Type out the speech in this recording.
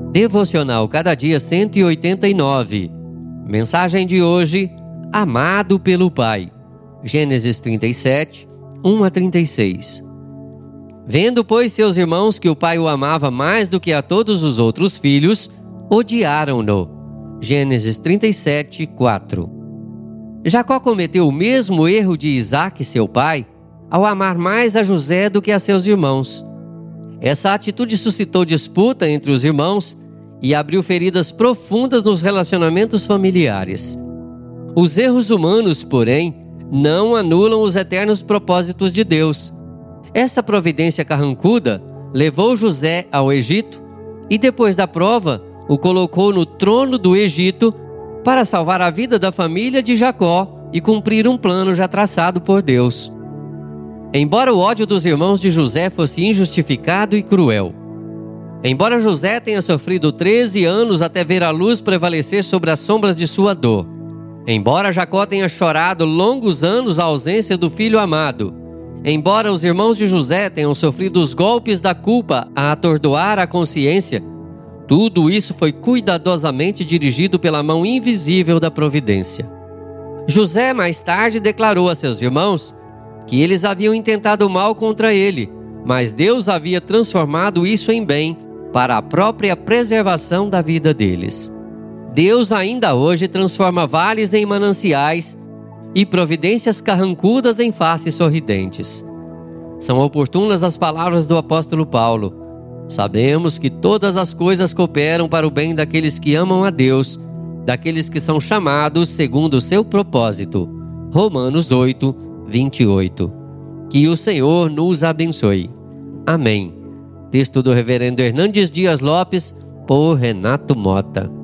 Devocional Cada Dia 189. Mensagem de hoje: Amado pelo Pai. Gênesis 37, 1-36. Vendo, pois, seus irmãos que o pai o amava mais do que a todos os outros filhos, odiaram-no. Gênesis 37, 4. Jacó cometeu o mesmo erro de Isaque, seu pai, ao amar mais a José do que a seus irmãos. Essa atitude suscitou disputa entre os irmãos e abriu feridas profundas nos relacionamentos familiares. Os erros humanos, porém, não anulam os eternos propósitos de Deus. Essa providência carrancuda levou José ao Egito e, depois da prova, o colocou no trono do Egito para salvar a vida da família de Jacó e cumprir um plano já traçado por Deus. Embora o ódio dos irmãos de José fosse injustificado e cruel, embora José tenha sofrido 13 anos até ver a luz prevalecer sobre as sombras de sua dor, embora Jacó tenha chorado longos anos a ausência do filho amado, embora os irmãos de José tenham sofrido os golpes da culpa a atordoar a consciência, tudo isso foi cuidadosamente dirigido pela mão invisível da providência. José mais tarde declarou a seus irmãos que eles haviam intentado mal contra ele, mas Deus havia transformado isso em bem para a própria preservação da vida deles. Deus ainda hoje transforma vales em mananciais e providências carrancudas em faces sorridentes. São oportunas as palavras do apóstolo Paulo. Sabemos que todas as coisas cooperam para o bem daqueles que amam a Deus, daqueles que são chamados segundo o seu propósito. Romanos 8, 28. Que o Senhor nos abençoe. Amém. Texto do reverendo Hernandes Dias Lopes, por Renato Mota.